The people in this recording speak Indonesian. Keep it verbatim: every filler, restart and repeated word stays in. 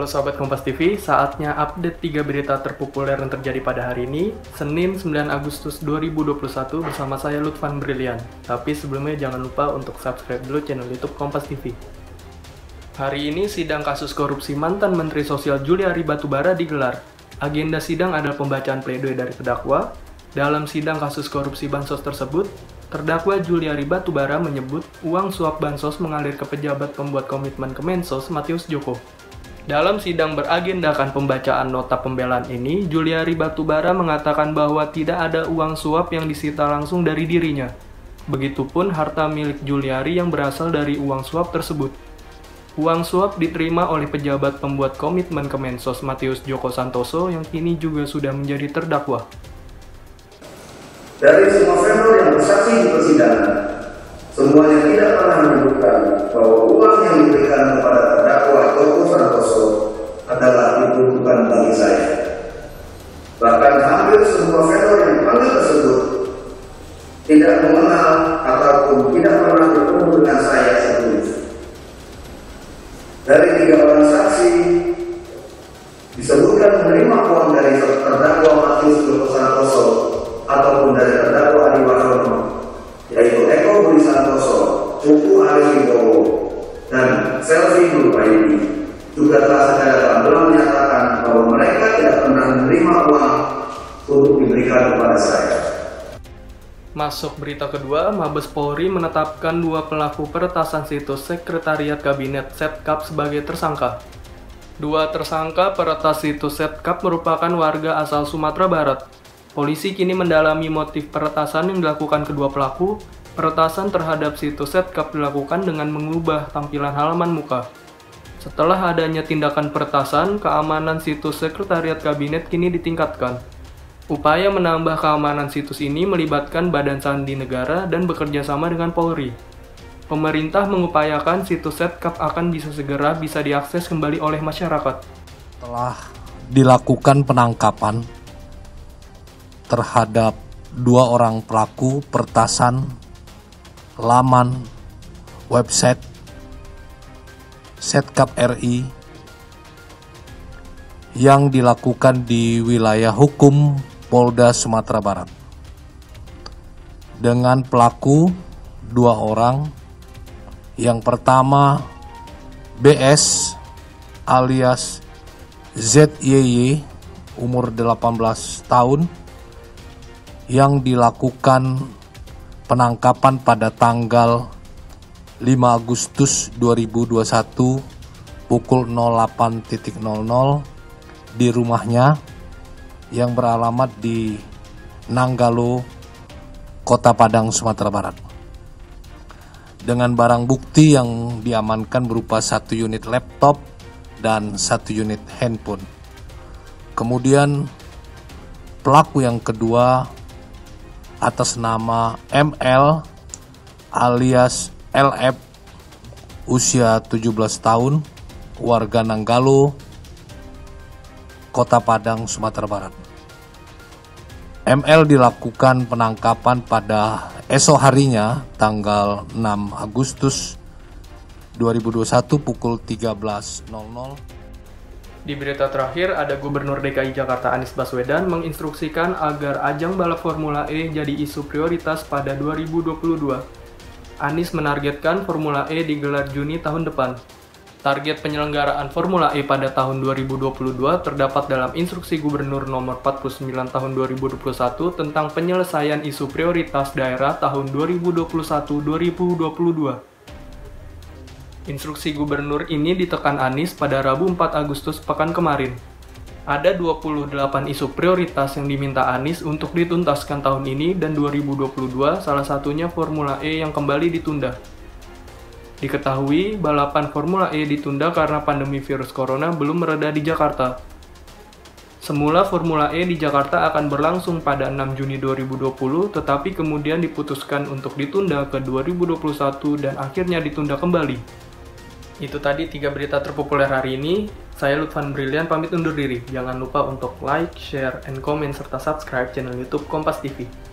Halo Sobat Kompas T V, saatnya update tiga berita terpopuler yang terjadi pada hari ini, Senin sembilan Agustus dua ribu dua puluh satu bersama saya Lutfan Brilian. Tapi sebelumnya jangan lupa untuk subscribe dulu channel YouTube Kompas T V. Hari ini sidang kasus korupsi mantan Menteri Sosial Juliari Batubara digelar. Agenda sidang adalah pembacaan pledoi dari terdakwa. Dalam sidang kasus korupsi bansos tersebut, terdakwa Juliari Batubara menyebut uang suap bansos mengalir ke pejabat pembuat komitmen Kemensos Matius Djoko. Dalam sidang beragendakan pembacaan nota pembelaan ini, Juliari Batubara mengatakan bahwa tidak ada uang suap yang disita langsung dari dirinya. Begitupun harta milik Juliari yang berasal dari uang suap tersebut. Uang suap diterima oleh pejabat pembuat komitmen Kemensos Matius Djoko Santoso yang kini juga sudah menjadi terdakwa. Dari semua vendor yang bersaksi di persidangan, semuanya tidak pernah menyebutkan bahwa uang yang diberikan kepada terdakwa Djoko Santoso adalah itu bukan bagi saya. Bahkan hampir semua vendor yang dipanggil tersebut tidak mengenal ataupun tidak pernah bertemu dengan saya sebelumnya. Dari tiga orang saksi disebutkan menerima uang dari terdakwa Matius Djoko Santoso ataupun dari terdakwa Adi Warsono, yaitu Eko Budi Santoso, Cupu Aris Wibowo, dan Selvi Nurbaidi, juga telah secara gamblang menyatakan bahwa mereka tidak pernah menerima uang untuk diberikan kepada saya. Masuk berita kedua, Mabes Polri menetapkan dua pelaku peretasan situs Sekretariat Kabinet Setkap sebagai tersangka. Dua tersangka peretas situs Setkap merupakan warga asal Sumatera Barat. Polisi kini mendalami motif peretasan yang dilakukan kedua pelaku. Peretasan terhadap situs Setkap dilakukan dengan mengubah tampilan halaman muka. Setelah adanya tindakan peretasan, keamanan situs Sekretariat Kabinet kini ditingkatkan. Upaya menambah keamanan situs ini melibatkan Badan Sandi Negara dan bekerja sama dengan Polri. Pemerintah mengupayakan situs Setkap akan bisa segera bisa diakses kembali oleh masyarakat. Telah dilakukan penangkapan terhadap dua orang pelaku peretasan laman website Setkap R I yang dilakukan di wilayah hukum Polda Sumatera Barat. Dengan pelaku dua orang, yang pertama B S alias Z Y Y umur delapan belas tahun yang dilakukan penangkapan pada tanggal lima Agustus dua ribu dua puluh satu pukul nol delapan nol nol di rumahnya yang beralamat di Nanggalo, Kota Padang, Sumatera Barat. Dengan barang bukti yang diamankan berupa satu unit laptop dan satu unit handphone. Kemudian pelaku yang kedua atas nama M L alias L F usia tujuh belas tahun, warga Nanggalo, Kota Padang, Sumatera Barat. M L dilakukan penangkapan pada esok harinya tanggal enam Agustus dua ribu dua puluh satu pukul tiga belas nol nol. Di berita terakhir, ada Gubernur D K I Jakarta Anies Baswedan menginstruksikan agar ajang balap Formula E jadi isu prioritas pada dua ribu dua puluh dua. Anies menargetkan Formula E digelar Juni tahun depan. Target penyelenggaraan Formula E pada tahun dua ribu dua puluh dua terdapat dalam Instruksi Gubernur Nomor empat puluh sembilan Tahun dua ribu dua puluh satu tentang penyelesaian isu prioritas daerah tahun dua ribu dua puluh satu sampai dua ribu dua puluh dua. Instruksi Gubernur ini ditekan Anies pada Rabu empat Agustus pekan kemarin. Ada dua puluh delapan isu prioritas yang diminta Anies untuk dituntaskan tahun ini dan dua ribu dua puluh dua, salah satunya Formula E yang kembali ditunda. Diketahui, balapan Formula E ditunda karena pandemi virus corona belum mereda di Jakarta. Semula Formula E di Jakarta akan berlangsung pada enam Juni dua ribu dua puluh, tetapi kemudian diputuskan untuk ditunda ke dua ribu dua puluh satu dan akhirnya ditunda kembali. Itu tadi tiga berita terpopuler hari ini. Saya Lutfan Brilian pamit undur diri. Jangan lupa untuk like, share, and comment serta subscribe channel YouTube Kompas T V.